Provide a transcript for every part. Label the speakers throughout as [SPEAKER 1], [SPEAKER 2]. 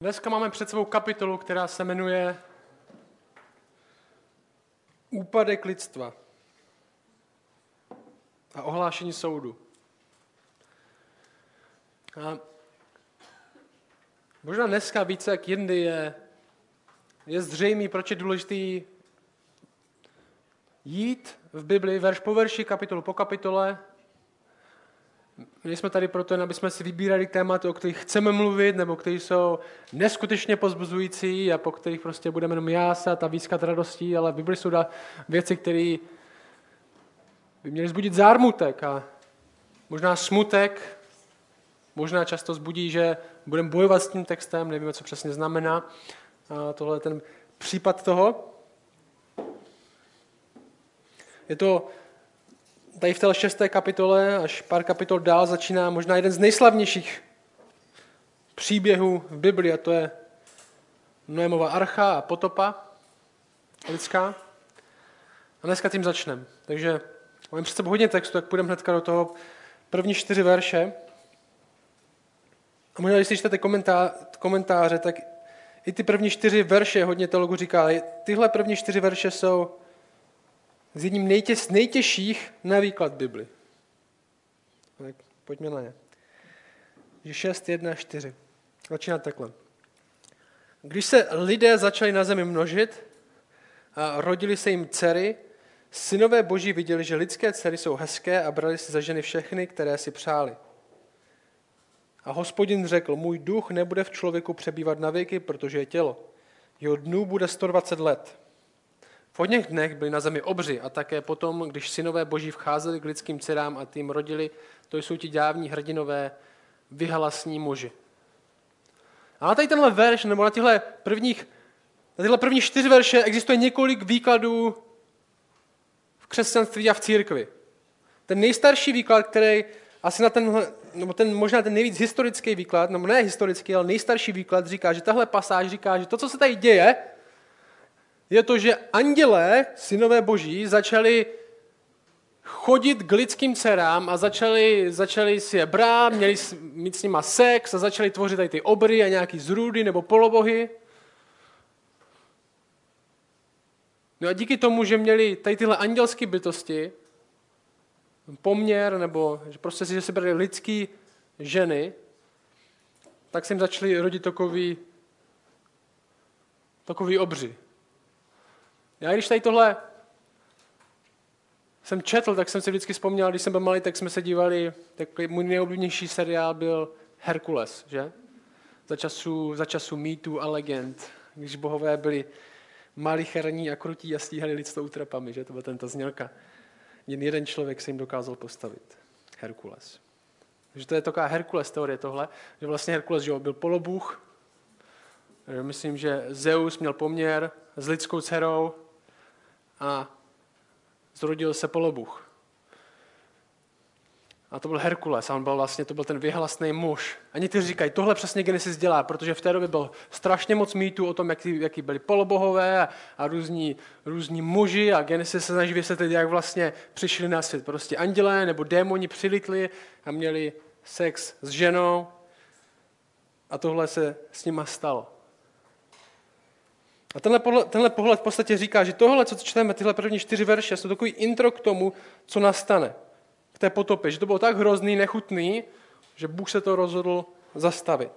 [SPEAKER 1] Dneska máme před sebou kapitolu, která se jmenuje Úpadek lidstva a ohlášení soudu. A možná dneska více jak jindy je zřejmé, proč je důležitý jít v Bibli verš po verši, kapitolu po kapitole. My jsme tady proto, aby jsme si vybírali tématy, o kterých chceme mluvit, nebo které jsou neskutečně povzbuzující a po kterých prostě budeme jenom jásat a výskat radostí, ale v Bibli jsou věci, které by měly vzbudit zármutek a možná smutek, možná často vzbudí, že budeme bojovat s tím textem, nevíme, co přesně znamená. A tohle je ten případ toho. Je to tady v té 6. kapitole, až pár kapitol dál, začíná možná jeden z nejslavnějších příběhů v Bibli, a to je Noémova archa a potopa lidská. A dneska tím začneme. Takže máme před sebou hodně textu, tak půjdeme hnedka do toho první 4 verše. A možná, když si čtete komentáře, tak i ty první 4 verše, hodně teologů říká, ale tyhle první 4 verše jsou z jedním z nejtěžších na výklad Bibli. Tak pojďme na ně. 6, 1, 4. Začíná takhle. Když se lidé začali na zemi množit a rodili se jim dcery, synové boží viděli, že lidské dcery jsou hezké a brali si za ženy všechny, které si přáli. A Hospodin řekl, můj duch nebude v člověku přebývat na věky, protože je tělo. Jeho dnů bude 120 let. V hodných dnech byli na zemi obři a také potom, když synové boží vcházeli k lidským dcerám a tím rodili, to jsou ti dávní hrdinové, vyhalasní muži. A na tady tenhle verš, nebo na tyhle první 4 verše existuje několik výkladů v křesťanství a v církvi. Ten nejstarší výklad, který asi na tenhle, nebo možná ten nejvíc historický výklad, nebo ne historický, ale nejstarší výklad říká, že tahle pasáž říká, že to, co se tady děje, je to, že andělé, synové boží, začali chodit k lidským dcerám a začali si je brát, měli mít s nima sex a začali tvořit tady ty obry a nějaký zrůdy nebo polobohy. No a díky tomu, že měli tady tyhle andělské bytosti, poměr, nebo že prostě že si brali lidský ženy, tak se jim začali rodit takový obři. Já když tady tohle jsem četl, tak jsem si vždycky vzpomněl, když jsem byl malý, tak jsme se dívali, takový můj nejoblíbenější seriál byl Herkules, že? Za času mýtů a legend, když bohové byli malicherní a krutí a stíhali lidstvo útrapami, že? To byla tento znělka. Jen jeden člověk se jim dokázal postavit. Herkules. Takže to je taková Herkules teorie tohle, že vlastně Herkules že byl polobůh. Myslím, že Zeus měl poměr s lidskou dcerou a zrodil se polobůh. A to byl Herkules a to byl ten vyhlasný muž. A někteří říkají, tohle přesně Genesis dělá, protože v té době bylo strašně moc mýtů o tom, jaký byli polobohové a různí muži a Genesis se snaží vysvětlit, jak vlastně přišli na svět. Prostě andělé nebo démoni přilitli a měli sex s ženou a tohle se s nima stalo. A tenhle pohled v podstatě říká, že tohle, co čteme, tyhle první 4 verše, jsou takový intro k tomu, co nastane v té potopě. Že to bylo tak hrozný, nechutný, že Bůh se to rozhodl zastavit.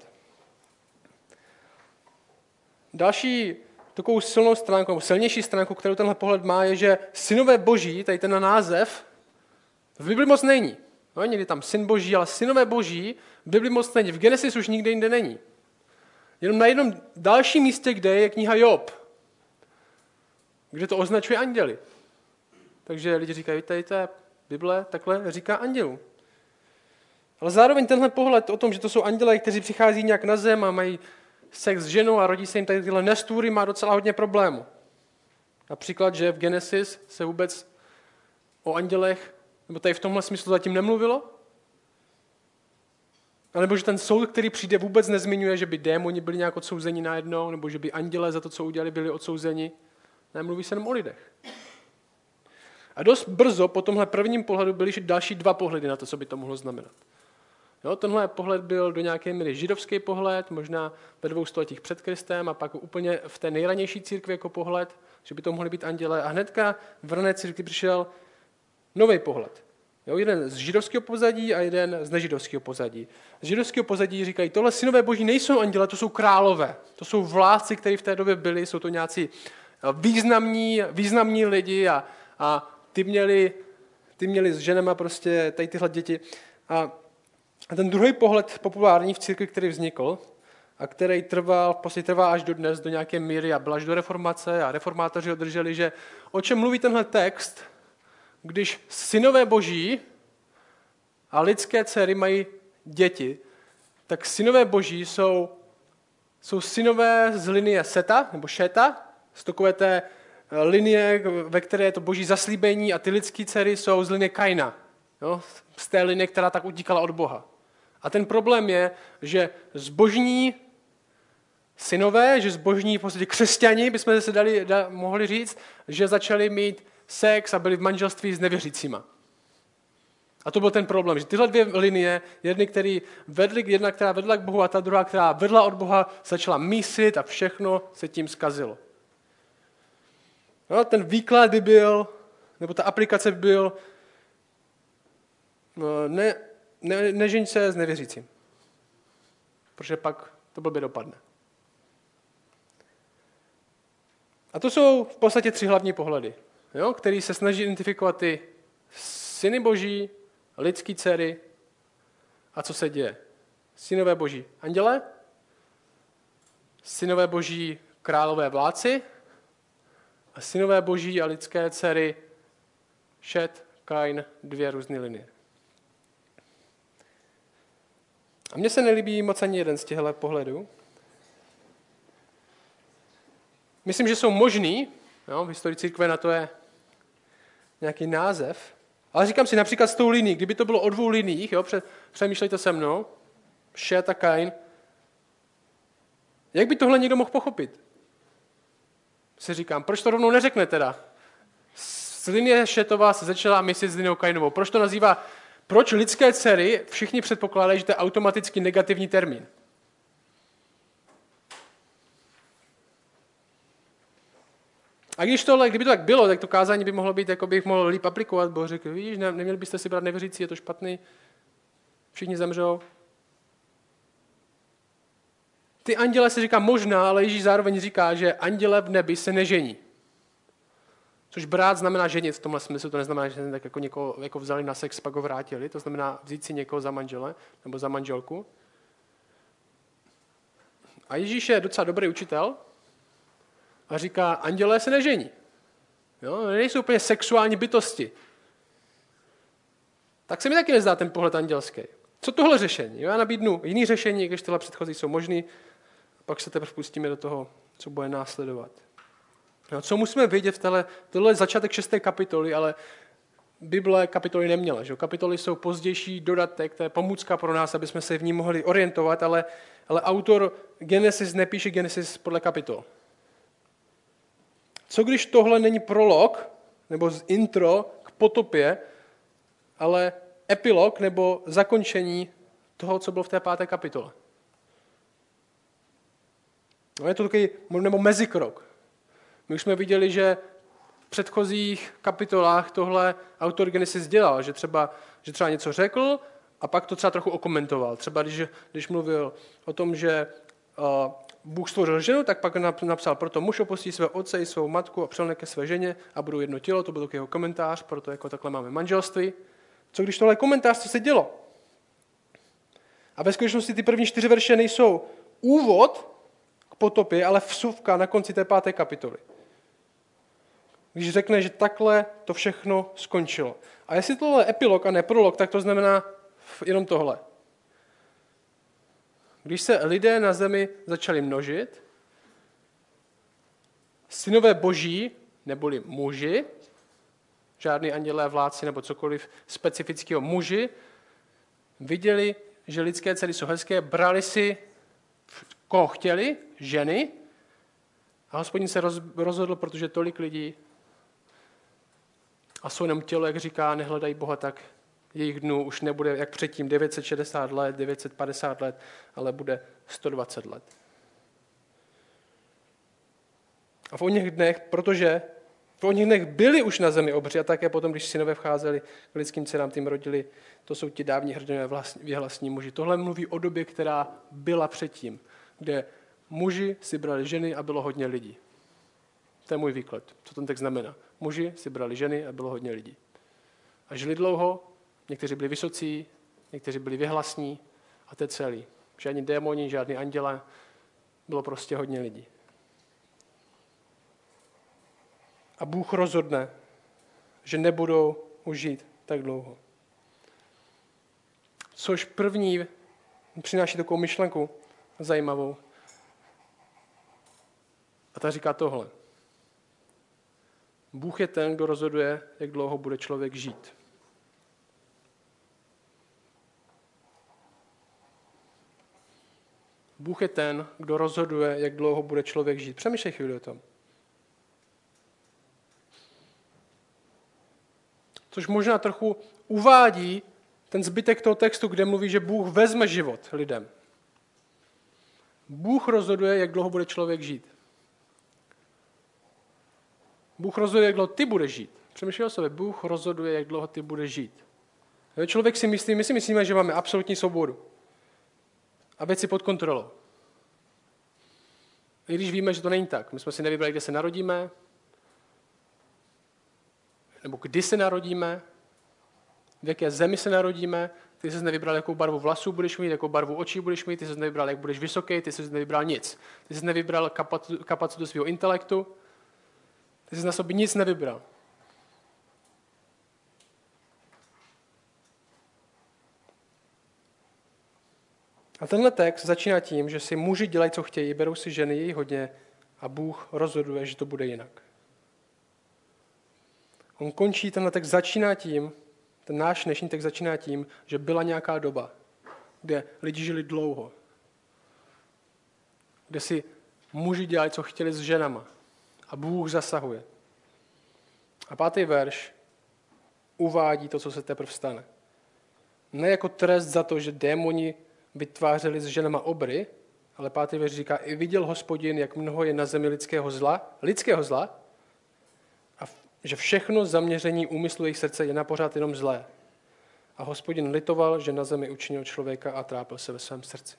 [SPEAKER 1] Další takovou silnou stránkou, silnější stránkou, kterou tenhle pohled má, je, že synové boží, tady ten název, v Bibli moc není. No, někdy tam syn boží, ale synové boží v Bibli moc není. V Genesis už nikde jinde není. Jenom na jednom dalším místě, kde je kniha Job, kde to označuje anděli. Takže lidi říkají, tady to je Bible, takhle říká andělů. Ale zároveň tenhle pohled o tom, že to jsou andělé, kteří přichází nějak na zem a mají sex s ženou a rodí se jim tady tyhle nestůry, má docela hodně problémů. Například, že v Genesis se vůbec o andělech, nebo tady v tomhle smyslu zatím nemluvilo, a nebo že ten soud, který přijde, vůbec nezmiňuje, že by démoni byli nějak odsouzeni najednou, nebo že by andělé za to, co udělali, byli odsouzeni. Nemluví se jenom o lidech. A dost brzo po tomhle prvním pohledu byly další 2 pohledy na to, co by to mohlo znamenat. Jo, tenhle pohled byl do nějaké míry židovský pohled, možná ve 2 stoletích před Kristem a pak úplně v té nejranější církvi jako pohled, že by to mohly být anděle. A hnedka v rané církvi přišel nový pohled. Jo, jeden z židovského pozadí a jeden z nežidovského pozadí. Z židovského pozadí říkají, tohle synové boží nejsou anděle, to jsou králové. To jsou vládci, kteří v té době byli, jsou to nějací významní lidi a ty měli s ženama prostě tady tyhle děti. A ten druhý pohled populární v církvi, který vznikl a který trvá až do dnes, do nějaké míry a byl až do reformace a reformátoři održeli, že o čem mluví tenhle text, když synové boží a lidské dcery mají děti, tak synové boží jsou synové z linie Seta, nebo Šeta, z takové té linie, ve které je to boží zaslíbení a ty lidské dcery jsou z linie Kaina, jo, z té linie, která tak utíkala od Boha. A ten problém je, že zbožní synové, že zbožní v podstatě křesťani, bychom se mohli říct, že začali mít sex a byli v manželství s nevěřícíma. A to byl ten problém, že tyhle dvě linie, jedna, která vedla k Bohu a ta druhá, která vedla od Boha, začala mísit a všechno se tím zkazilo. No, ten výklad by byl, nebo ta aplikace by byl, nežeň se s nevěřícím. Protože pak to blbě dopadne. A to jsou v podstatě 3 hlavní pohledy, jo, který se snaží identifikovat ty syny boží, lidský dcery a co se děje. Synové boží anděle, synové boží králové vládci a synové boží a lidské dcery Šet, Kain, 2 různé linie. A mně se nelíbí moc ani jeden z těchto pohledů. Myslím, že jsou možný, jo, v historii církve na to je nějaký název, ale říkám si například s tou linií, kdyby to bylo o 2 liniích, jo, přemýšlejte se mnou, Šet a Kain, jak by tohle někdo mohl pochopit? Si říkám, proč to rovnou neřekne teda? Z linie Šetova se začala mísit s lineou Kainovou. Proč lidské dcery všichni předpokládají, že to je automaticky negativní termín? A kdyby to tak bylo, tak to kázání by mohlo být, jako bych mohl líp aplikovat, bo řekl, víš, neměli byste si brát nevěřící, je to špatný, všichni zemřou. Ty anděle se říká možná, ale Ježíš zároveň říká, že anděle v nebi se nežení. Což brát znamená ženit v tomhle smyslu, to neznamená, že se tak jako někoho jako vzali na sex, pak ho vrátili, to znamená vzít si někoho za manžele nebo za manželku. A Ježíš je docela dobrý učitel a říká, anděle se nežení. Jo? Nejsou úplně sexuální bytosti. Tak se mi taky nezdá ten pohled andělský. Co tohle řešení? Jo? Já nabídnu jiný řešení, když tyhle předchozí jsou možný, pak se teprve pustíme do toho, co bude následovat. No, co musíme vědět tohle je začátek 6. kapitoly, ale Bible kapitoly neměla. Že? Kapitoly jsou pozdější dodatek, to je pomůcka pro nás, aby jsme se v ní mohli orientovat, ale autor Genesis nepíše Genesis podle kapitol. Co když tohle není prolog, nebo intro k potopě, ale epilog, nebo zakončení toho, co bylo v té 5. kapitole? No, je to takový, nebo mezikrok. My už jsme viděli, že v předchozích kapitolách tohle autor Genesis dělal, že třeba něco řekl a pak to třeba trochu okomentoval. Třeba když mluvil o tom, že Bůh stvořil ženu, tak pak napsal, proto muž opustí své otce i svou matku a přilne ke své ženě a budou jedno tělo, to byl takový jeho komentář, proto jako takhle máme manželství. Co když tohle komentář, co se dělo? A ve skutečnosti ty první 4 verše nejsou úvod k potopě, ale vsuvka na konci té 5. kapitoly. Když řekne, že takhle to všechno skončilo. A jestli tohle je epilog a ne prolog, tak to znamená jenom tohle. Když se lidé na zemi začali množit, synové boží, neboli muži, žádný andělé, vládci nebo cokoliv specifického muži, viděli, že lidské dcery jsou hezké, brali si, koho chtěli, ženy, a Hospodin se rozhodl, protože tolik lidí a jsou jenom tělo, jak říká, nehledají Boha tak, jejich dnů už nebude jak předtím 960 let, 950 let, ale bude 120 let. A v oněch dnech, protože v oněch dnech byli už na zemi obři a také potom, když synové vcházeli k lidským dcerám, tím rodili, to jsou ti dávní hrdinové věhlasní muži. Tohle mluví o době, která byla předtím, kde muži si brali ženy a bylo hodně lidí. To je můj výklad, co ten text znamená. Muži si brali ženy a bylo hodně lidí. A žili dlouho, někteří byli vysocí, někteří byli věhlasní a to je celý. Žádní démoni, žádný anděle, bylo prostě hodně lidí. A Bůh rozhodne, že nebudou už žít tak dlouho. Což první přináší takovou myšlenku zajímavou. A ta říká tohle. Bůh je ten, kdo rozhoduje, jak dlouho bude člověk žít. Bůh je ten, kdo rozhoduje, jak dlouho bude člověk žít. Přemýšlej chvíli o tom. Což možná trochu uvádí ten zbytek toho textu, kde mluví, že Bůh vezme život lidem. Bůh rozhoduje, jak dlouho bude člověk žít. Bůh rozhoduje, jak dlouho ty budeš žít. Přemýšlej o sobě. Bůh rozhoduje, jak dlouho ty budeš žít. Člověk si myslí, my si myslíme, že máme absolutní svobodu. A věci pod kontrolou. I když víme, že to není tak. My jsme si nevybrali, kde se narodíme, nebo kdy se narodíme, v jaké zemi se narodíme, ty jsi nevybral, jakou barvu vlasů budeš mít, jakou barvu očí budeš mít, ty jsi nevybral, jak budeš vysoký, ty jsi nevybral nic. Ty jsi nevybral kapacitu svého intelektu, ty jsi na sobě nic nevybral. A tenhle text začíná tím, že si muži dělají, co chtějí, berou si ženy, je hodně a Bůh rozhoduje, že to bude jinak. On končí, tenhle text začíná tím, ten náš dnešní text začíná tím, že byla nějaká doba, kde lidi žili dlouho, kde si muži dělají, co chtěli s ženama a Bůh zasahuje. A 5. verš uvádí to, co se teprve stane. Ne jako trest za to, že démoni vytvářeli s ženama obry, ale 5. verš říká, i viděl Hospodin, jak mnoho je na zemi lidského zla, a že všechno zaměření úmyslu jejich srdce je napořád jenom zlé. A Hospodin litoval, že na zemi učinil člověka a trápil se ve svém srdci.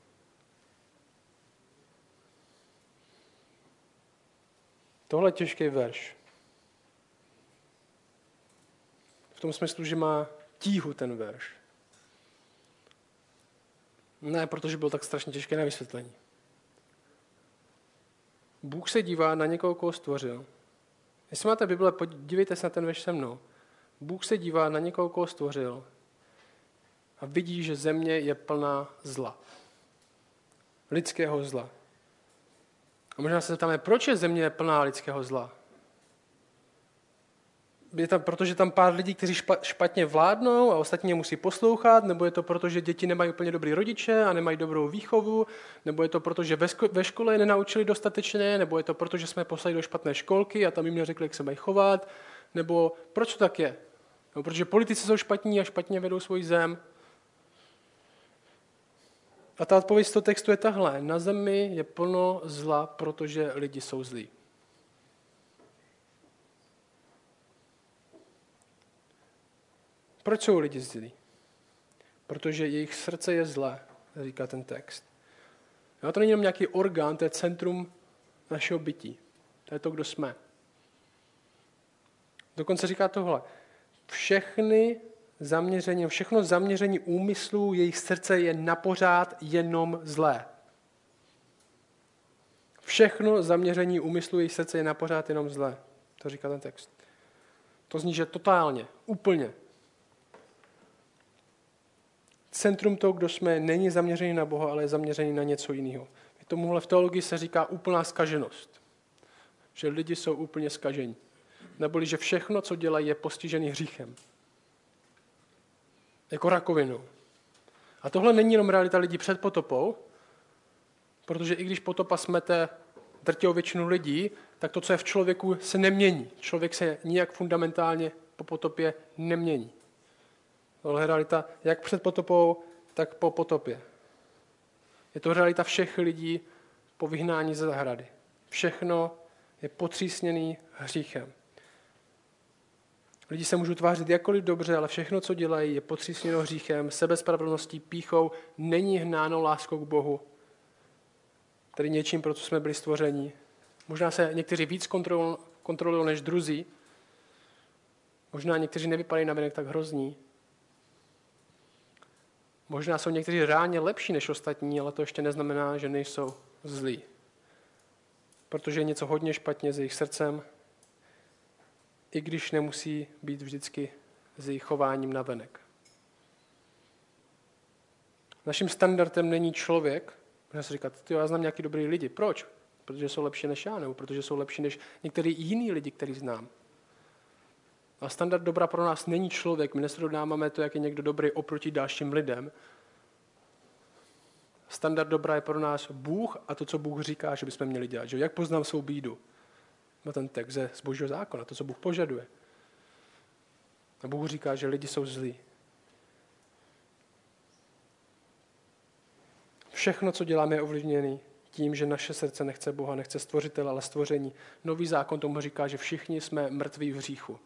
[SPEAKER 1] Tohle je těžký verš. V tom smyslu, že má tíhu ten verš. Ne, protože byl tak strašně těžký na vysvětlení. Bůh se dívá na někoho, koho stvořil. Jestli máte Bible, podívejte se na ten verš se mnou. Bůh se dívá na někoho, koho stvořil a vidí, že země je plná zla. Lidského zla. A možná se zeptáme, proč je země plná lidského zla? Je tam, protože tam pár lidí, kteří špatně vládnou a ostatní musí poslouchat, nebo je to proto, že děti nemají úplně dobrý rodiče a nemají dobrou výchovu, nebo je to proto, že ve škole je nenaučili dostatečně, nebo je to proto, že jsme poslali do špatné školky a tam jim neřekli, jak se mají chovat, nebo proč to tak je? No, protože politici jsou špatní a špatně vedou svůj zem. A ta odpověď z toho textu je tahle. Na zemi je plno zla, protože lidi jsou zlí. Proč jsou lidi zlí? Protože jejich srdce je zlé, říká ten text. A to není jenom nějaký orgán, to je centrum našeho bytí. To je to, kdo jsme. Dokonce říká tohle. Všechno zaměření úmyslů jejich srdce je napořád jenom zlé. Všechno zaměření úmyslů jejich srdce je napořád jenom zlé. To říká ten text. To zní, že totálně, úplně. Centrum toho, kdo jsme, není zaměřený na Boha, ale je zaměřený na něco jiného. Tomuhle v teologii se říká úplná zkaženost. Že lidi jsou úplně zkažení. Neboli, že všechno, co dělají, je postižený hříchem. Jako rakovinou. A tohle není jenom realita lidí před potopou, protože i když potopa smete drtivou většinu lidí, tak to, co je v člověku, se nemění. Člověk se nijak fundamentálně po potopě nemění. Tohle je realita jak před potopou, tak po potopě. Je to realita všech lidí po vyhnání ze zahrady. Všechno je potřísněný hříchem. Lidi se můžou tvářit jakkoliv dobře, ale všechno, co dělají, je potřísněno hříchem, sebespravedlností, pýchou, není hnáno láskou k Bohu, tedy něčím, pro co jsme byli stvořeni. Možná se někteří víc kontrolují než druzí. Možná někteří nevypadají navenek tak hrozní. Možná jsou někteří reálně lepší než ostatní, ale to ještě neznamená, že nejsou zlí. Protože je něco hodně špatně s jejich srdcem, i když nemusí být vždycky s jejich chováním navenek. Naším standardem není člověk. Můžeme si říkat, já znám nějaký dobrý lidi. Proč? Protože jsou lepší než já, nebo protože jsou lepší než některý jiný lidi, který znám. A standard dobra pro nás není člověk. My nesrovnáváme to, jak je někdo dobrý oproti dalším lidem. Standard dobra je pro nás Bůh a to, co Bůh říká, že bychom měli dělat. Že jak poznám svou bídu? No ten text z Božího zákona, to, co Bůh požaduje. A Bůh říká, že lidi jsou zlí. Všechno, co děláme, je ovlivněné tím, že naše srdce nechce Boha, nechce stvořitele, ale stvoření. Nový zákon tomu říká, že všichni jsme mrtví v hříchu.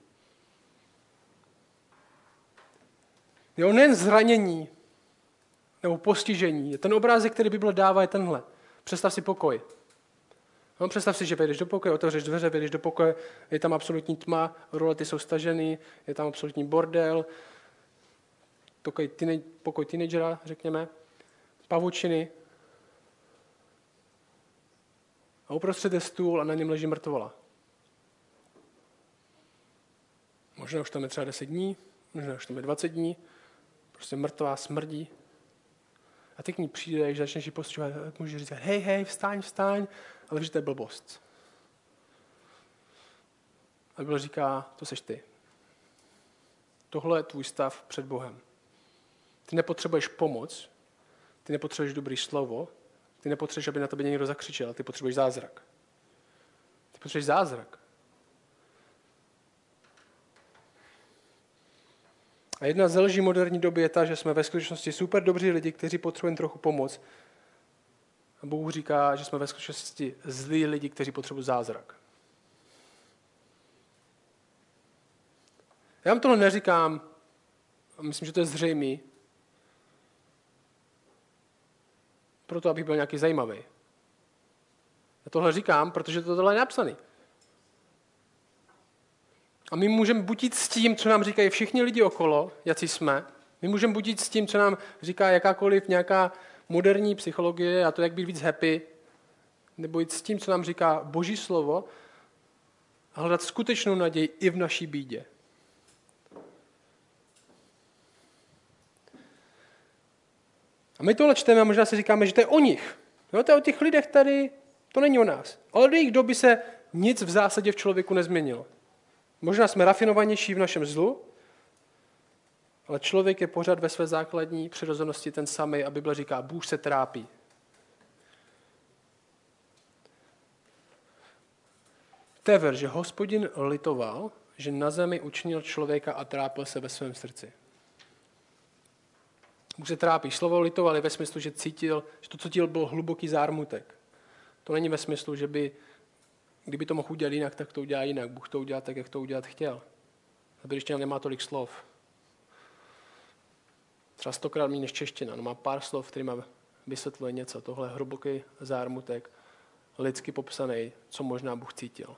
[SPEAKER 1] Jo, nejen zranění nebo postižení. Ten obrázek, který Bible dává, je tenhle. Představ si pokoj. No, představ si, že vejdeš do pokoje, otevřeš dveře, vejdeš do pokoje, je tam absolutní tma, rolety jsou stažený, je tam absolutní bordel, pokoj teenagera, řekněme, pavučiny. A uprostřed je stůl a na něm leží mrtvola. Možná už tam je třeba 10 dní, možná už tam je 20 dní, prostě mrtvá, smrdí. A ty k ní přijdeš, začneš ji postřihovat, můžeš říct, hej, vstaň, ale víš, že to je blbost. A Bible říká, to seš ty. Tohle je tvůj stav před Bohem. Ty nepotřebuješ pomoc, ty nepotřebuješ dobrý slovo, ty nepotřebuješ, aby na tebe někdo zakřičel, ty potřebuješ zázrak. Ty potřebuješ zázrak. A jedna z lží moderní doby je ta, že jsme ve skutečnosti super dobří lidi, kteří potřebují trochu pomoc. A Bůh říká, že jsme ve skutečnosti zlí lidi, kteří potřebují zázrak. Já vám tohle neříkám, a myslím, že to je zřejmé, proto, abych byl nějaký zajímavý. Já tohle říkám, protože tohle je napsané. A my můžeme buď jít s tím, co nám říkají všichni lidi okolo, jací jsme. My můžeme buď jít s tím, co nám říká jakákoliv nějaká moderní psychologie a to, jak být víc happy, nebo jít s tím, co nám říká Boží slovo a hledat skutečnou naději i v naší bídě. A my tohle čteme a možná si říkáme, že to je o nich. No, to je o těch lidech tady, to není o nás. Ale do jejich doby se nic v zásadě v člověku nezměnilo. Možná jsme rafinovanější v našem zlu, ale člověk je pořád ve své základní přirozenosti ten samý a Bible říká, Bůh se trápí. To je verš, že Hospodin litoval, že na zemi učinil člověka a trápil se ve svém srdci. Bůh se trápí. Slovo litoval je ve smyslu, že cítil, že to, co cítil, byl hluboký zármutek. To není ve smyslu, že kdyby to mohl udělat jinak, tak to udělá jinak. Bůh to udělá tak, jak to udělat chtěl. Hebrejština nemá tolik slov. Třeba 100krát méně než čeština. No má pár slov, kterýma vysvětluje něco. Tohle je hluboký zármutek, lidsky popsaný, co možná Bůh cítil.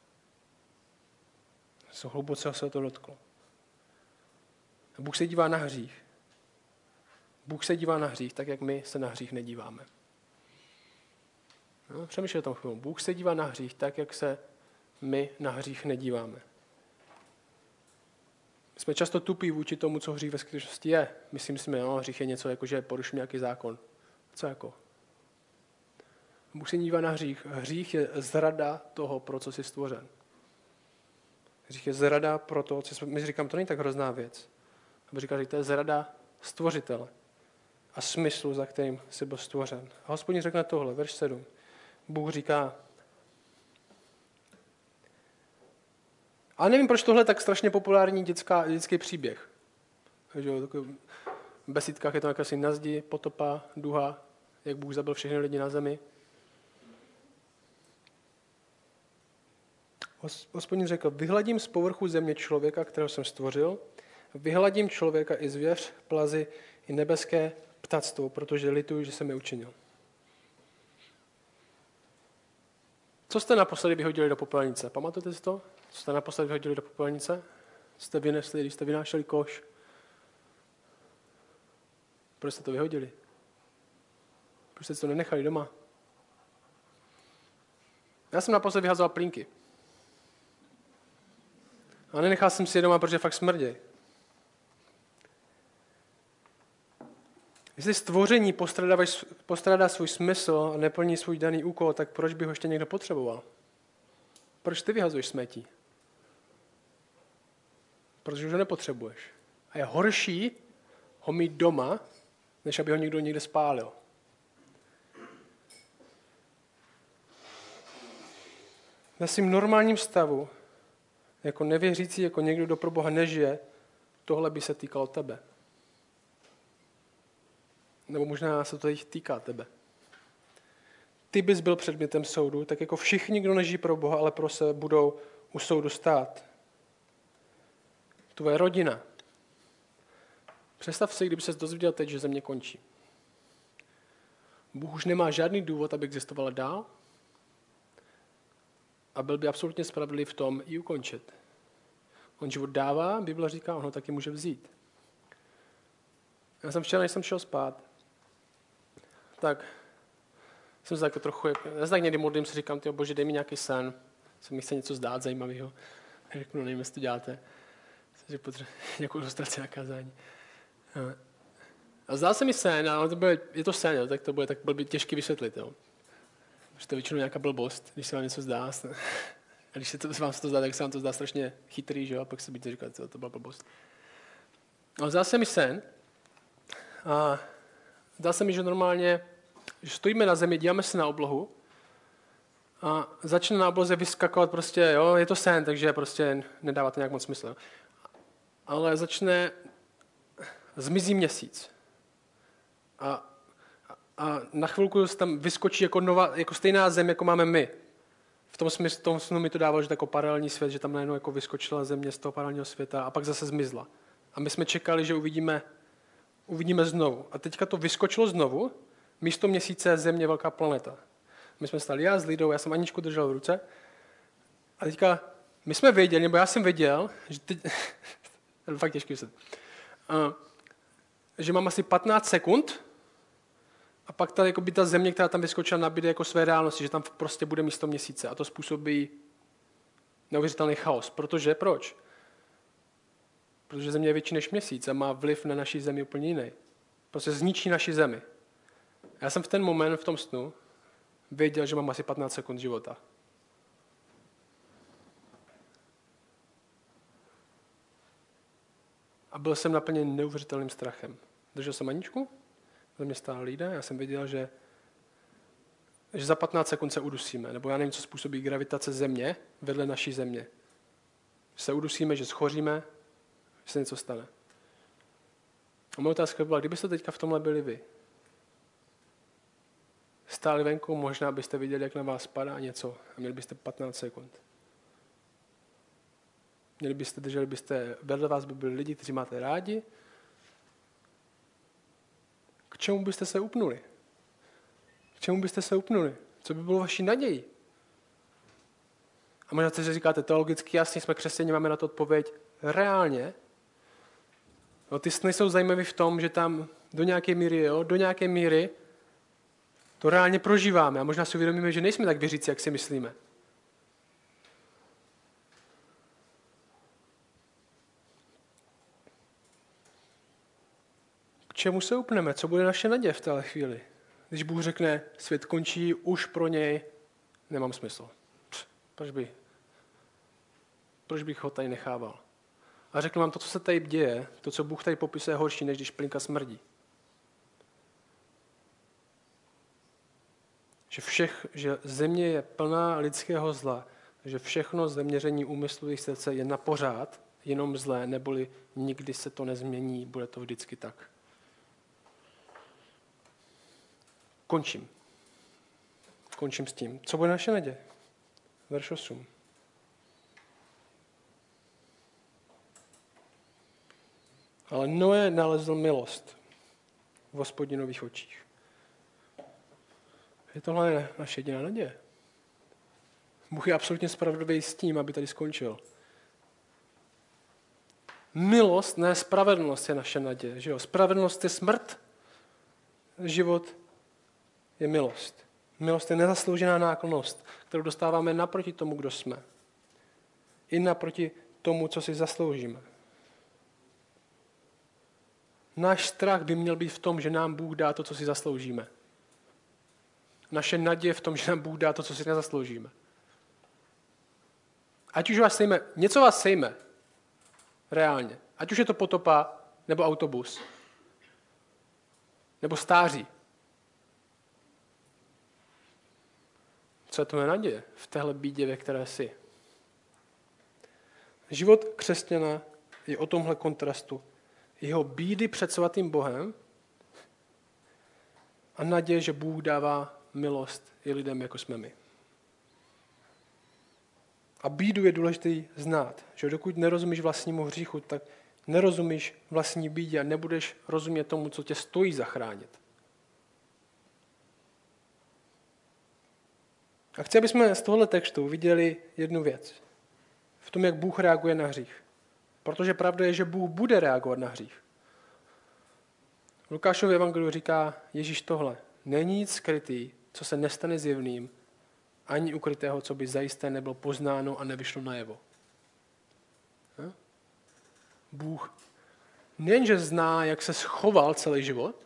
[SPEAKER 1] Hluboce se to dotklo. Bůh se dívá na hřích. Bůh se dívá na hřích, tak jak my se na hřích nedíváme. No, přemýšlej o tom chvíli. Bůh se dívá na hřích tak, jak se my na hřích nedíváme. My jsme často tupí vůči tomu, co hřích ve skutečnosti je. My si myslíme, no, hřích je něco, jako že poruším nějaký zákon. Co jako? Bůh se dívá na hřích. Hřích je zrada toho, pro co jsi stvořen. Hřích je zrada pro to, co my říkám, to není tak hrozná věc. Aby říkal, že to je zrada stvořitele a smyslu, za kterým jsi byl stvořen. A Hospodin řekne tohle, verš 7. Bůh říká, ale nevím, proč tohle je tak strašně populární dětský příběh. že jo, v besídkách je to jakási na zdi, potopa, duha, jak Bůh zabil všechny lidi na zemi. Hospodin řekl, vyhladím z povrchu země člověka, kterého jsem stvořil, vyhladím člověka i zvěř, plazy, i nebeské ptactvo, protože lituju, že jsem je učinil. Co jste naposledy vyhodili do popelnice? Pamatujete si to? Co jste naposledy vyhodili do popelnice? Co jste vynesli, když jste vynášeli koš? Proč jste to vyhodili? Proč jste to nenechali doma? Já jsem naposledy vyhazoval plínky. A nenechal jsem si je doma, protože fakt smrděj. Jestli stvoření postrádá svůj smysl a neplní svůj daný úkol, tak proč by ho ještě někdo potřeboval? Proč ty vyhazuješ smetí? Protože už ho nepotřebuješ. A je horší ho mít doma, než aby ho někdo někde spálil. Ve svým normálním stavu, jako nevěřící, jako někdo, kdo pro Boha nežije, tohle by se týkalo tebe. Nebo možná se to teď týká tebe. Ty bys byl předmětem soudu, tak jako všichni, kdo nežijí pro Boha, ale pro se budou u soudu stát. Tvoje rodina. Představ si, kdyby ses dozvěděl teď, že země končí. Bůh už nemá žádný důvod, aby existovala dál a byl by absolutně spravedlivý v tom ji ukončit. On život dává, Bible říká, on ho taky může vzít. Já jsem včera, než jsem šel spát, tak jsem se tak trochu, já se tak někdy modlím, si říkám, tyjo, Bože, dej mi nějaký sen, se mi chce něco zdát zajímavého. Řeknu, nevím, jestli to děláte, že potřebuji nějakou ilustraci na kázání. A zdál se mi sen, ale je to sen, jo, tak to bude tak blbý, těžký vysvětlit. Jo. Protože to je většinou nějaká blbost, když se vám něco zdá. A když vám se to zdá, tak se vám to zdá strašně chytrý, že jo, a pak se budete říkat, to byla blbost. Ale zdál se mi sen a zdá se mi, že normálně, že stojíme na zemi, díváme se na oblohu a začne na obloze vyskakovat prostě, jo, je to sen, takže prostě nedává to nějak moc smysl. Jo. Ale zmizí měsíc. A na chvilku tam vyskočí jako stejná zem, jako máme my. V tom snu mi to dávalo, že to jako paralelní svět, že tam najednou jako vyskočila země z toho paralelního světa a pak zase zmizla. A my jsme čekali, že uvidíme znovu. A teďka to vyskočilo znovu, místo měsíce země velká planeta. My jsme stali já s Lidou, já jsem Aničku držel v ruce. A teďka my jsme věděli, nebo já jsem věděl, že teď, to je fakt těžký vysvětlit, že mám asi 15 sekund a pak ta země, která tam vyskočila, nabíde jako své reálnosti, že tam prostě bude místo měsíce a to způsobí neuvěřitelný chaos. Protože proč? Protože země je větší než měsíc a má vliv na naší zemi úplně jiný. Prostě zničí naši zemi. Já jsem v ten moment, v tom snu, věděl, že mám asi 15 sekund života. A byl jsem naplněn neuvěřitelným strachem. Držel jsem Aničku, za mě stála Lída, já jsem věděl, že za 15 sekund se udusíme, nebo já nevím, co způsobí gravitace země vedle naší země. Že se udusíme, že schoříme, že se něco stane. A moje otázka byla, kdybyste teďka v tomhle byli vy, stáli venku, možná byste viděli, jak na vás padá něco a měli byste 15 sekund. Drželi byste, vedle vás by byli lidi, kteří máte rádi. K čemu byste se upnuli? K čemu byste se upnuli? Co by bylo vaší nadějí? A možná si říkáte teologicky, jasně, jsme křesťané, máme na to odpověď. Reálně, no, ty sny jsou zajímavé v tom, že tam do nějaké míry to reálně prožíváme a možná si uvědomíme, že nejsme tak věřící, jak si myslíme. K čemu se upneme? Co bude naše naděje v téhle chvíli? Když Bůh řekne, svět končí, už pro něj nemám smysl. Proč bych ho tady nechával? A řeknu vám, to, co se tady děje, to, co Bůh tady popisuje, je horší, než když plynka smrdí. Že země je plná lidského zla, že všechno zaměření úmyslu jejich srdce je na pořád jenom zlé, neboli nikdy se to nezmění, bude to vždycky tak. Končím s tím. Co bude naše naděje? Verš 8. Ale Noé nalezl milost v Hospodinových očích. Je tohle naše jediná naděje. Bůh je absolutně spravedlivý s tím, aby tady skončil. Milost, ne spravedlnost je naše naděje. Že jo? Spravedlnost je smrt, život je milost. Milost je nezasloužená náklonnost, kterou dostáváme naproti tomu, kdo jsme. I naproti tomu, co si zasloužíme. Náš strach by měl být v tom, že nám Bůh dá to, co si zasloužíme. Naše naděje v tom, že nám Bůh dá to, co si nezasloužíme. Ať už vás sejme, něco vás sejme, reálně. Ať už je to potopa, nebo autobus, nebo stáří. Co je to naděje v téhle bídě, ve které jsi? Život křesťana je o tomhle kontrastu. Jeho bídy před svatým Bohem a naděje, že Bůh dává milost i lidem, jako jsme my. A bídu je důležité znát, že dokud nerozumíš vlastnímu hříchu, tak nerozumíš vlastní bídě a nebudeš rozumět tomu, co tě stojí zachránit. A chci, aby jsme z tohoto textu viděli jednu věc. V tom, jak Bůh reaguje na hřích. Protože pravda je, že Bůh bude reagovat na hřích. V Lukášově evangeliu říká Ježíš tohle. Není nic skrytý, co se nestane zjevným, ani ukrytého, co by zajisté nebylo poznáno a nevyšlo najevo. Bůh nejenže zná, jak se schoval celý život,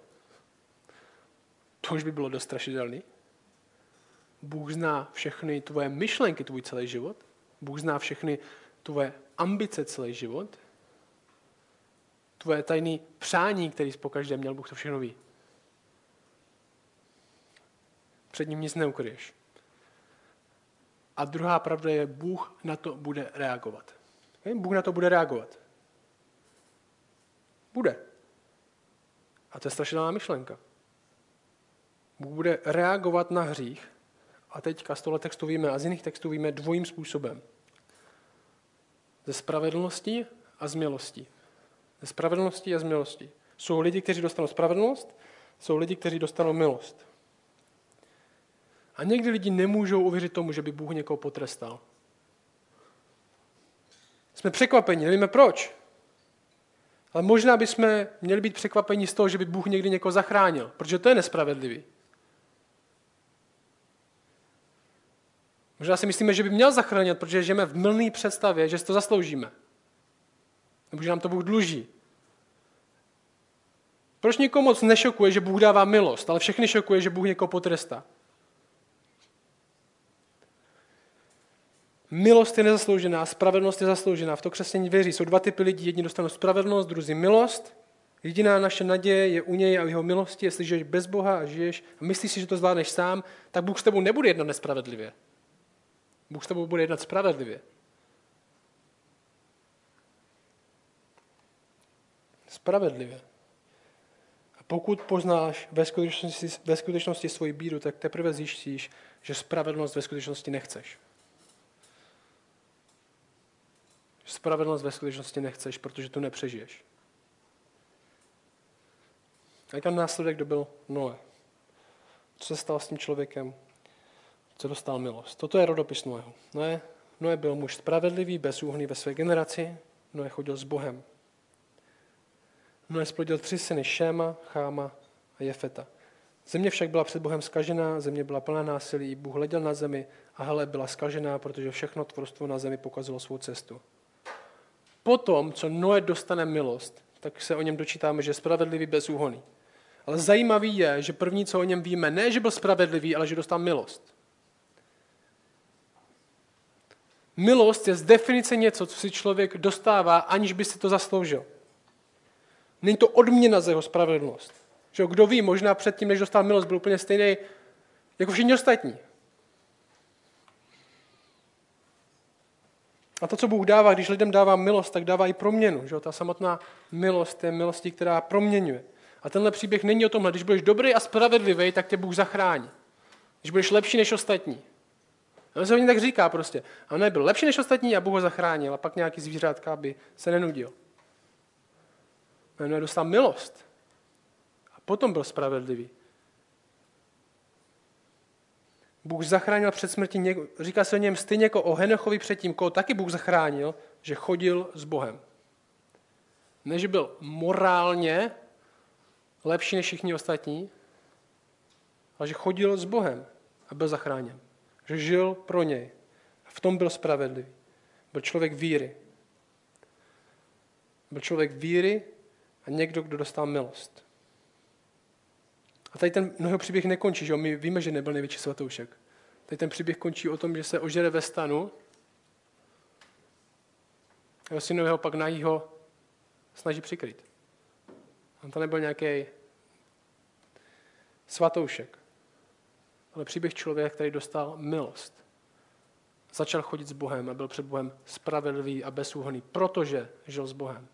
[SPEAKER 1] to už by bylo dost strašidelný. Bůh zná všechny tvoje myšlenky, tvůj celý život. Bůh zná všechny tvoje ambice celý život. Tvoje tajné přání, které jsi pokaždé měl, Bůh to všechno ví. Před ním nic neukryješ. A druhá pravda je, Bůh na to bude reagovat. Bůh na to bude reagovat. Bude. A to je strašidelná myšlenka. Bůh bude reagovat na hřích. A teďka z tohle textu víme a z jiných textů víme dvojím způsobem. Ze spravedlnosti a z milosti. Ze spravedlnosti a z milosti. Jsou lidi, kteří dostanou spravedlnost, jsou lidi, kteří dostanou milost. A někdy lidi nemůžou uvěřit tomu, že by Bůh někoho potrestal. Jsme překvapení, nevíme proč. Ale možná bychom měli být překvapení z toho, že by Bůh někdy někoho zachránil, protože to je nespravedlivý. Možná si myslíme, že by měl zachránit, protože žijeme v mylné představě, že si to zasloužíme. Nebo že nám to Bůh dluží. Proč někoho moc nešokuje, že Bůh dává milost, ale všechny šokuje, že Bůh někoho potrestá? Milost je nezasloužená, spravedlnost je zasloužená. V to křesťané věří. Jsou dva typy lidí. Jedni dostanou spravedlnost, druzí milost. Jediná naše naděje je u něj a v jeho milosti. Jestli žiješ bez Boha a žiješ a myslíš si, že to zvládneš sám, tak Bůh s tebou nebude jednat nespravedlivě. Bůh s tebou bude jednat spravedlivě. Spravedlivě. A pokud poznáš ve skutečnosti svoji bídu, tak teprve zjistíš, že spravedlnost ve skutečnosti nechceš. Spravedlnost ve skutečnosti nechceš, protože tu nepřežiješ. A jaký následek dobyl Noé? Co se stalo s tím člověkem? Co dostal milost? Toto je rodopis Noého. Noé byl muž spravedlivý, bezúhonný ve své generaci. Noé chodil s Bohem. Noé splodil 3 syny, Šéma, Cháma a Jefeta. Země však byla před Bohem zkažená, země byla plná násilí, Bůh hleděl na zemi a hele, byla zkažená, protože všechno tvorstvo na zemi pokazilo svou cestu. Potom, co Noé dostane milost, tak se o něm dočítáme, že je spravedlivý, bezúhonný. Ale zajímavý je, že první, co o něm víme, ne, že byl spravedlivý, ale že dostal milost. Milost je z definice něco, co si člověk dostává, aniž by si to zasloužil. Není to odměna za jeho spravedlnost. Že kdo ví, možná předtím, než dostal milost, byl úplně stejný jako všichni ostatní. A to, co Bůh dává, když lidem dává milost, tak dává i proměnu. Že? Ta samotná milost je milostí, která proměňuje. A tenhle příběh není o tomhle. Když budeš dobrý a spravedlivý, tak tě Bůh zachrání. Když budeš lepší než ostatní. On se hodně tak říká prostě. A on nebyl lepší než ostatní a Bůh ho zachránil. A pak nějaký zvířátka, aby se nenudil. Jmenuje dostal milost. A potom byl spravedlivý. Bůh zachránil před smrtí, říká se o něm stejně jako o Henochovi předtím, koho taky Bůh zachránil, že chodil s Bohem. Ne, že byl morálně lepší než všichni ostatní, ale že chodil s Bohem a byl zachráněn. Že žil pro něj. A v tom byl spravedlivý. Byl člověk víry. Byl člověk víry a někdo, kdo dostal milost. A tady ten mnoho příběh nekončí, že? My víme, že nebyl největší svatoušek. Tady ten příběh končí o tom, že se ožere ve stanu. Jeho synové ho pak nahýho snaží přikryt. On to nebyl nějaký svatoušek, ale příběh člověka, který dostal milost. Začal chodit s Bohem a byl před Bohem spravedlivý a bezúhonný, protože žil s Bohem.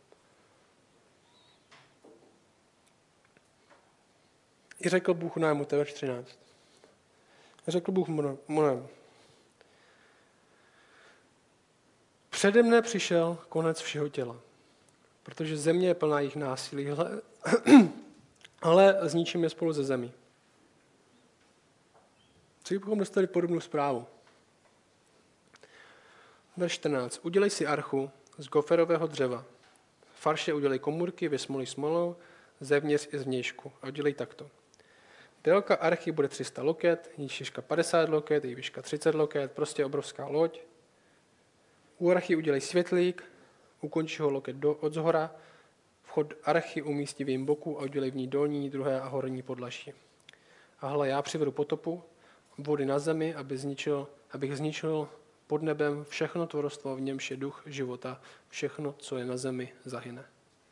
[SPEAKER 1] I řekl Bůh Noému, to je verš 13. Řekl Bůh Noému, přede mne přišel konec všeho těla, protože země je plná jejich násilí, ale zničím je spolu ze zemí. Co bychom dostali podobnou zprávu? Verš 14. Udělej si archu z goferového dřeva. Farše udělej komůrky, vysmolí smolou, zevnitř i zvnějšku. A udělej takto. Délka archy bude 300 loket, její šířka 50 loket, její výška 30 loket, prostě obrovská loď. U archy udělej světlík, ukončí ho loket od zhora, vchod archy umístí v jejím boku a udělej v ní dolní, druhé a horní podlaží. A hle, já přivedu potopu, vody na zemi, abych zničil pod nebem všechno tvorstvo, v němž je duch života, všechno, co je na zemi, zahyne.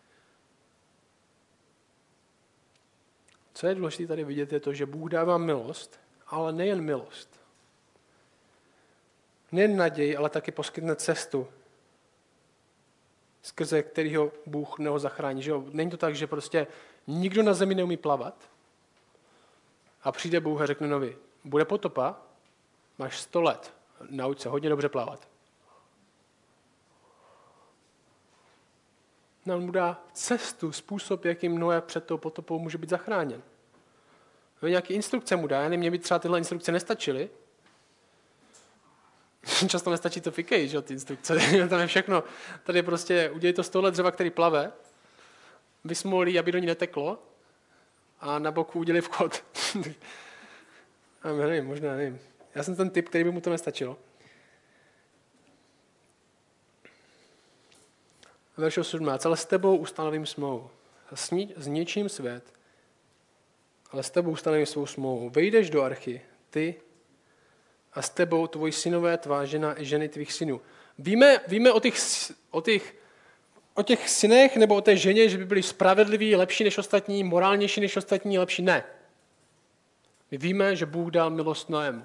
[SPEAKER 1] Co je důležité tady vidět, je to, že Bůh dává milost, ale nejen milost. Nejen naději, ale taky poskytne cestu, skrze kterého Bůh neho zachrání. Že jo? Není to tak, že prostě nikdo na zemi neumí plavat a přijde Bůh a řekne Novi, bude potopa, máš 100 let, nauč se hodně dobře plavat. No, on mu dá cestu, způsob, jakým Noé před tou potopou může být zachráněn. No, nějaké instrukce mu dá, mě by třeba tyhle instrukce nestačily. Často nestačí to fikej, že ty instrukce, tam je všechno. Tady prostě udělej to z tohle dřeva, který plave, vysmolí, aby do ní neteklo a na boku udělej vchod. Já nevím, možná nevím. Já jsem ten typ, který by mu to nestačilo. Verš 18. Ale s tebou ustanovím smlouvu. Zničím svět, ale s tebou ustanovím svou smlouvu. Vejdeš do archy, ty a s tebou tvoji synové, tvá žena i ženy tvých synů. Víme o těch synech nebo o té ženě, že by byli spravedliví, lepší než ostatní, morálnější než ostatní, lepší ne. My víme, že Bůh dal milost Noému.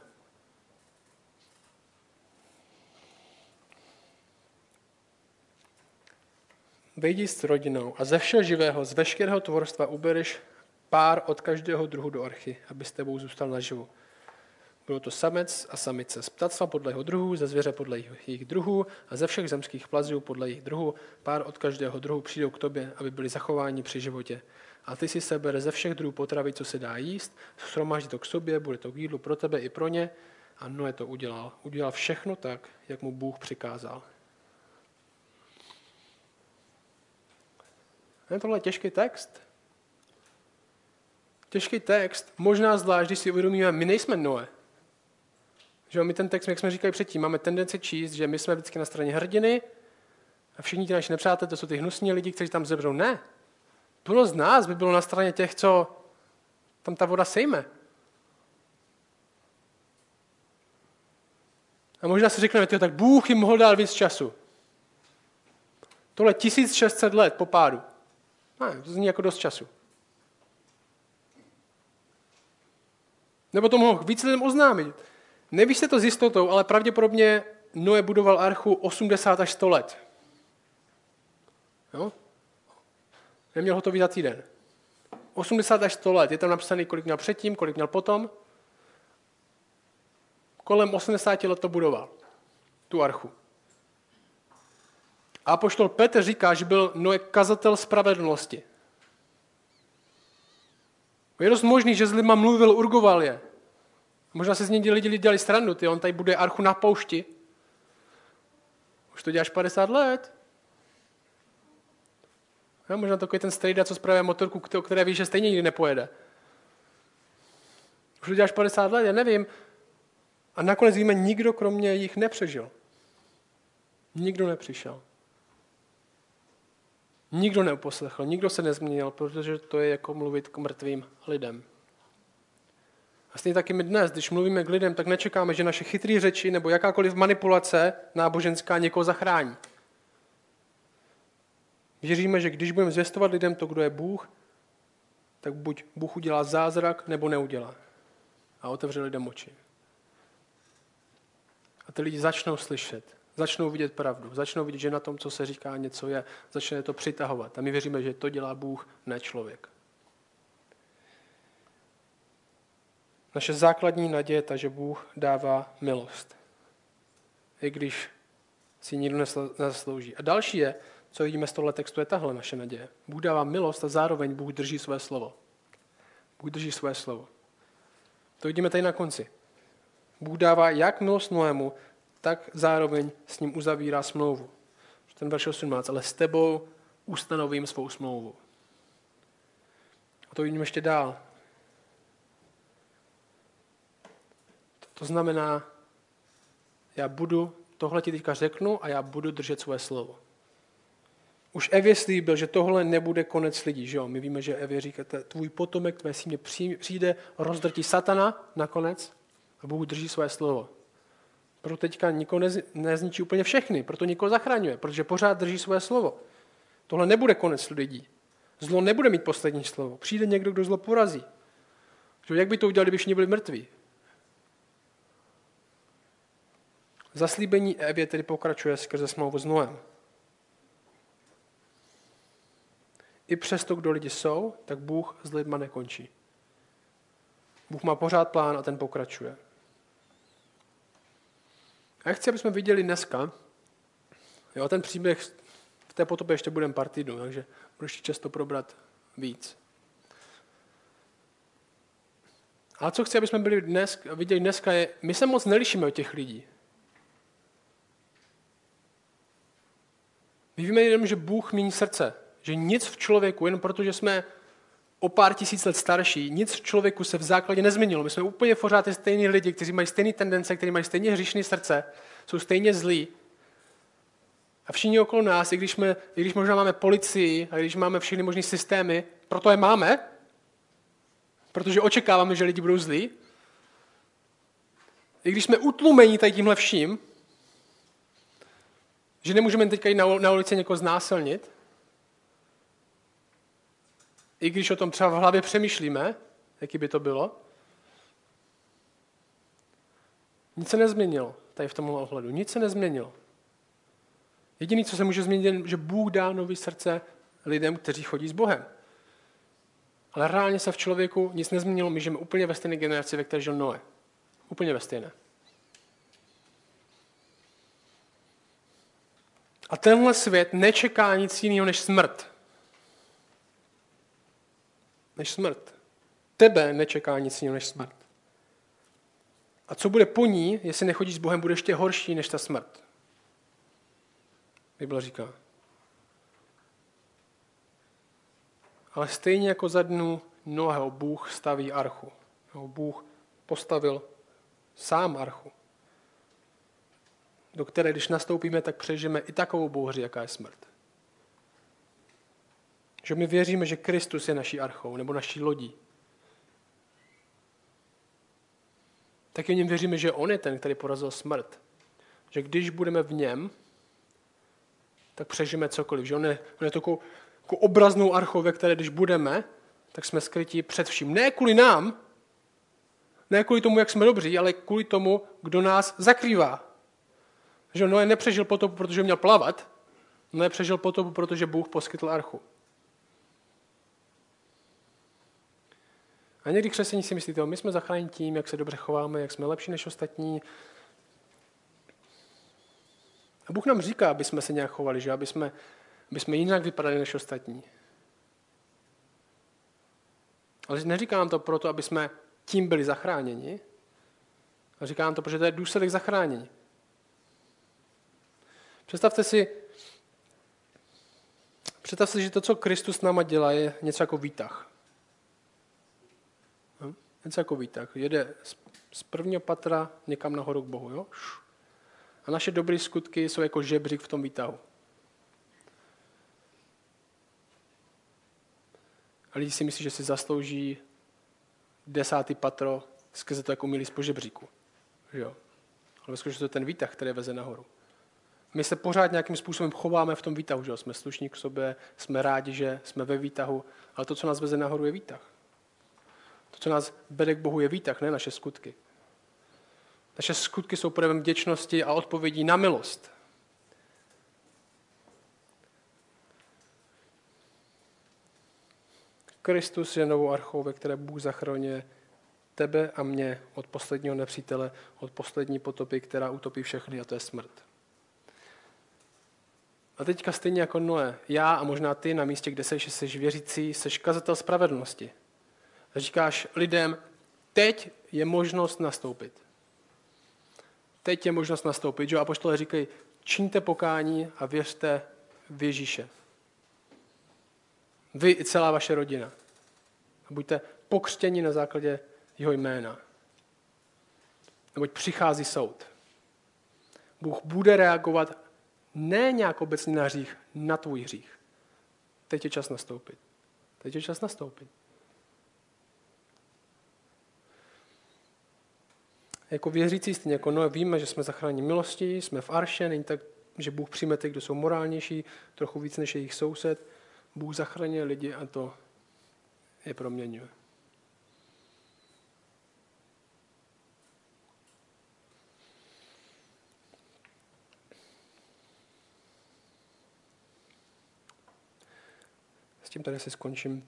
[SPEAKER 1] Vejdi s rodinou a ze všeho živého, z veškerého tvorstva ubereš pár od každého druhu do archy, aby s tebou zůstal naživu. Bylo to samec a samice, z ptactva podle jeho druhu, ze zvěře podle jejich druhů a ze všech zemských plazů podle jejich druhů. Pár od každého druhu přijdou k tobě, aby byli zachováni při životě. A ty si sebere ze všech druhů potravy, co se dá jíst, shromáždí to k sobě, bude to k jídlu pro tebe i pro ně. A Noé to udělal. Udělal všechno tak, jak mu Bůh přikázal. Je tohle těžký text? Těžký text, možná zvlášť, když si uvědomíme, my nejsme Noé. Že my ten text, jak jsme říkali předtím, máme tendenci číst, že my jsme vždycky na straně hrdiny a všichni ti naši nepřátelé, to jsou ty hnusní lidi, kteří tam zemřou. Ne. Bylo z nás by bylo na straně těch, co tam ta voda sejme. A možná si řekneme, tak Bůh jim mohl dát víc času. Tohle 1600 let po pádu. Ne, to zní jako dost času. Nebo to mohl víc lidem oznámit. Nevíš se to s jistotou, ale pravděpodobně Noé budoval archu 80 až 100 let. Jo? Neměl hotový za týden. 80 až 100 let. Je tam napsaný, kolik měl předtím, kolik měl potom. Kolem 80 let to budoval. Tu archu. A apoštol Petr říká, že byl Noé kazatel spravedlnosti. Je dost možný, že s lidma mluvil, urgoval je. Možná se z něj lidi dělali srandu, on tady bude archu na poušti. Už to děláš 50 let. No, možná takový ten strejda, co spravuje motorku, o které víš, že stejně nikdy nepojede. Už to děláš 50 let, já nevím. A nakonec víme, nikdo kromě jich nepřežil. Nikdo nepřišel. Nikdo neuposlechl, nikdo se nezměnil, protože to je jako mluvit k mrtvým lidem. A stejně taky my dnes, když mluvíme k lidem, tak nečekáme, že naše chytré řeči nebo jakákoliv manipulace náboženská někoho zachrání. Věříme, že když budeme zvěstovat lidem to, kdo je Bůh, tak buď Bůh udělá zázrak, nebo neudělá. A otevře lidem oči. A ty lidi začnou slyšet, začnou vidět pravdu, začnou vidět, že na tom, co se říká, něco je, začne to přitahovat. A my věříme, že to dělá Bůh, ne člověk. Naše základní naděje je ta, že Bůh dává milost. I když si nikdo nezaslouží. A další je, co vidíme z tohle textu, je tahle naše naděje. Bůh dává milost a zároveň Bůh drží své slovo. Bůh drží své slovo. To vidíme tady na konci. Bůh dává jak milost Noému, tak zároveň s ním uzavírá smlouvu. Ten verš 18, ale s tebou ustanovím svou smlouvu. A to vidíme ještě dál. To znamená, tohle ti teďka řeknu a já budu držet své slovo. Už Evě slíbil, že tohle nebude konec lidí. Že jo? My víme, že Evě říká, tvůj potomek, tvé símě přijde, rozdrtí satana nakonec a Bůh drží své slovo. Proto teďka nikoho nezničí úplně všechny, proto nikoho zachraňuje, protože pořád drží své slovo. Tohle nebude konec lidí. Zlo nebude mít poslední slovo. Přijde někdo, kdo zlo porazí. Jak by to udělali, kdyby všichni byli mrtví? Zaslíbení Evě tedy pokračuje skrze smlouvu s Noem. I přesto, kdo lidi jsou, tak Bůh s lidma nekončí. Bůh má pořád plán a ten pokračuje. A já chci, aby jsme viděli dneska, ten příběh v té potopě ještě budeme pár týdnů, takže budu ještě často probrat víc. A co chci, aby jsme viděli dneska, je, my se moc nelišíme od těch lidí. My víme jenom, že Bůh mění srdce. Že nic v člověku, jen protože jsme o pár tisíc let starší, nic v člověku se v základě nezměnilo. My jsme úplně pořád ty stejní lidi, kteří mají stejné tendence, kteří mají stejně hříšné srdce, jsou stejně zlí. A všichni okolo nás, i když možná máme policii, a když máme všechny možné systémy, proto je máme, protože očekáváme, že lidi budou zlí. I když jsme utlumení tady tímhle vším, že nemůžeme teďka jít na ulici někoho znásilnit, i když o tom třeba v hlavě přemýšlíme, jaký by to bylo, nic se nezměnilo tady v tomhle ohledu. Nic se nezměnilo. Jediné, co se může změnit, je, že Bůh dá nový srdce lidem, kteří chodí s Bohem. Ale reálně se v člověku nic nezměnilo, my žijeme úplně ve stejné generaci, ve které žil Noé. Úplně ve stejné. A tenhle svět nečeká nic jiného než smrt. Než smrt. Tebe nečeká nic jiného než smrt. A co bude po ní, jestli nechodíš s Bohem, bude ještě horší než ta smrt. Bible říká. Ale stejně jako za dnu Noého Bůh staví archu. Bůh postavil sám archu, do které, když nastoupíme, tak přežijeme i takovou bouři, jaká je smrt. Že my věříme, že Kristus je naší archou, nebo naší lodí. Taky v něm věříme, že on je ten, který porazil smrt. Že když budeme v něm, tak přežijeme cokoliv. Že on je takovou obraznou archou, ve které když budeme, tak jsme skryti před vším. Ne kvůli nám, ne kvůli tomu, jak jsme dobří, ale kvůli tomu, kdo nás zakrývá. Že Noé nepřežil potopu, protože měl plavat. Noé přežil potopu, protože Bůh poskytl archu. A někdy křesťané si myslí, my jsme zachráněni tím, jak se dobře chováme, jak jsme lepší než ostatní. A Bůh nám říká, aby jsme se nějak chovali, že aby jsme jinak vypadali než ostatní. Ale neříká nám to proto, aby jsme tím byli zachráněni, ale říká nám to, protože to je důsledek zachránění. Představte si, že to, co Kristus s náma dělá, je něco jako výtah. Něco jako výtah. Jede z prvního patra někam nahoru k Bohu. Jo? A naše dobré skutky jsou jako žebřík v tom výtahu. A lidi si myslí, že si zaslouží 10. patro skrze to, jak umí líst po žebříku. Jo? Ale ve skutečnosti to je ten výtah, který veze nahoru. My se pořád nějakým způsobem chováme v tom výtahu. Že? Jsme slušní k sobě, jsme rádi, že jsme ve výtahu, ale to, co nás veze nahoru, je výtah. To, co nás vede k Bohu, je výtah, ne naše skutky. Naše skutky jsou projevem vděčnosti a odpovědí na milost. Kristus je novou archou, ve které Bůh zachraňuje tebe a mě od posledního nepřítele, od poslední potopy, která utopí všechny, a to je smrt. A teďka stejně jako Noé, já a možná ty na místě, kde seš věřící, seš kazatel spravedlnosti. A říkáš lidem, teď je možnost nastoupit. Teď je možnost nastoupit. Že? Apoštolé říkají, čiňte pokání a věřte v Ježíše. Vy i celá vaše rodina. A buďte pokřtěni na základě jeho jména. Neboť přichází soud. Bůh bude reagovat ne nějak obecně na hřích, na tvůj hřích. Teď je čas nastoupit. Teď je čas nastoupit. Jako věřící, stejně jako Noé, víme, že jsme zachráněni milostí, jsme v arše, není tak, že Bůh přijme ty, kdo jsou morálnější, trochu víc než jejich soused. Bůh zachraňuje lidi a to je proměňuje. S tím tady si skončím.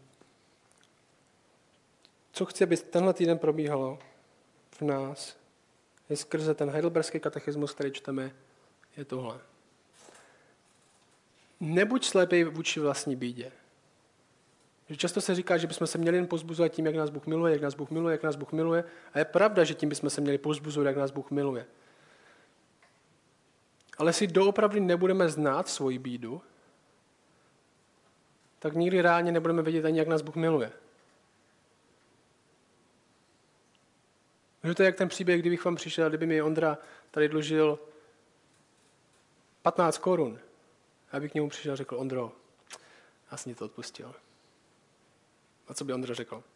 [SPEAKER 1] Co chci, aby tenhle týden probíhalo v nás, je skrze ten heidelberský katechismus, který čteme, je tohle. Nebuď slepý vůči vlastní bídě. Že často se říká, že bychom se měli jen povzbuzovat tím, jak nás Bůh miluje, jak nás Bůh miluje, jak nás Bůh miluje. A je pravda, že tím bychom se měli povzbuzovat, jak nás Bůh miluje. Ale jestli doopravdy nebudeme znát svoji bídu, tak nikdy reálně nebudeme vědět ani, jak nás Bůh miluje. Že to je jak ten příběh, kdybych vám přišel, kdyby mi Ondra tady dlužil 15 korun. Já bych k němu přišel a řekl, Ondro, já jsem ti to odpustil. A co by Ondra řekl?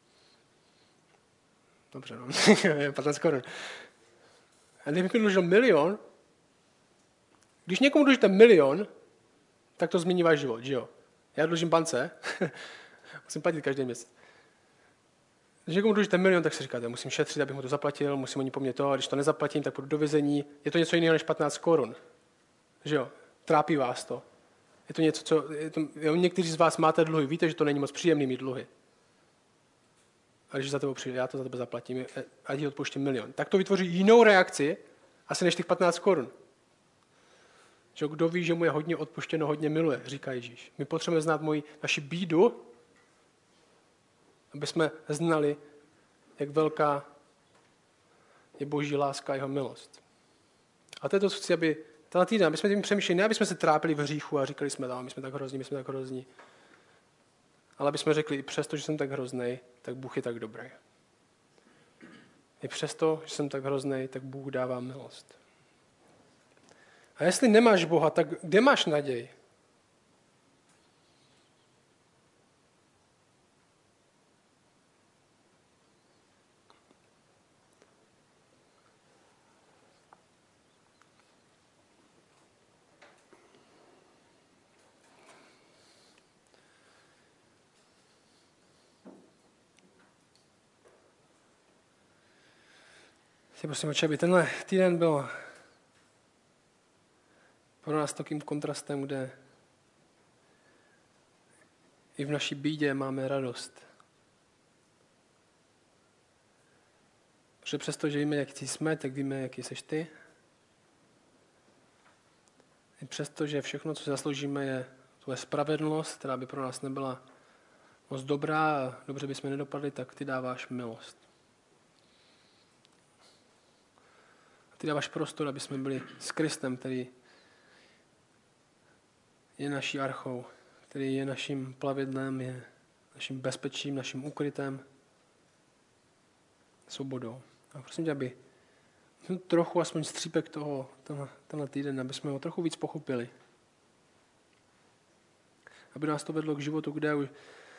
[SPEAKER 1] Dobře, no. 15 korun. A kdybych mi dlužil 1 milion, když někomu dlužíte 1 milion, tak to změní váš život, že jo? Já dlužím bance, musím platit každý měsíc. Když někomu dlužíte 1 milion, tak si říkáte, musím šetřit, abych mu to zaplatil, musím oni po mně to, a když to nezaplatím, tak půjdu do vězení. Je to něco jiného než 15 korun. Že jo? Trápí vás to. Je to něco, co... někteří z vás máte dluhy, víte, že to není moc příjemný mít dluhy. A když za tebou přijde, já to za tebe zaplatím, a ti odpouštím 1 milion. Tak to vytvoří jinou reakci, asi než těch 15 korun. Že kdo ví, že mu je hodně odpuštěno, hodně miluje, říká Ježíš. My potřebujeme znát naši bídu, aby jsme znali, jak velká je Boží láska a jeho milost. A to je to, co chci, aby tenhle týden, aby jsme tím přemýšleli, ne aby jsme se trápili v hříchu a říkali jsme, my jsme tak hrozní, ale aby jsme řekli, i přesto, že jsem tak hroznej, tak Bůh je tak dobrý. I přesto, že jsem tak hroznej, tak Bůh dává milost. A jestli nemáš Boha, tak kde máš naději? Prosím, aby tenhle týden byl pro nás takým kontrastem, kde i v naší bídě máme radost. Protože přesto, že víme, jak jsme, tak víme, jaký seš ty. I přesto, že všechno, co zasloužíme, je tvoje spravedlnost, která by pro nás nebyla moc dobrá a dobře bychom nedopadli, tak ty dáváš milost. A ty dáváš prostor, aby jsme byli s Kristem, který je naší archou, který je naším plavidlem, je naším bezpečím, naším ukrytem, svobodou. A prosím tě, aby trochu aspoň střípek toho, tenhle týden, aby jsme ho trochu víc pochopili. Aby nás to vedlo k životu, kde už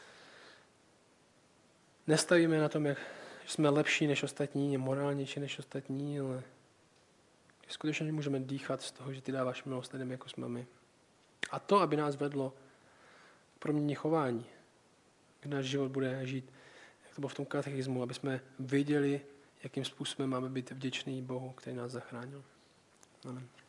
[SPEAKER 1] nestavíme na tom, jak jsme lepší než ostatní, morálnější než ostatní, ale skutečně můžeme dýchat z toho, že ty dáváš milost lidem, jako jsme my. A to, aby nás vedlo k proměně chování, kdy náš život bude žít, jak to bylo v tom katechismu, aby jsme věděli, jakým způsobem máme být vděčný Bohu, který nás zachránil. Amen.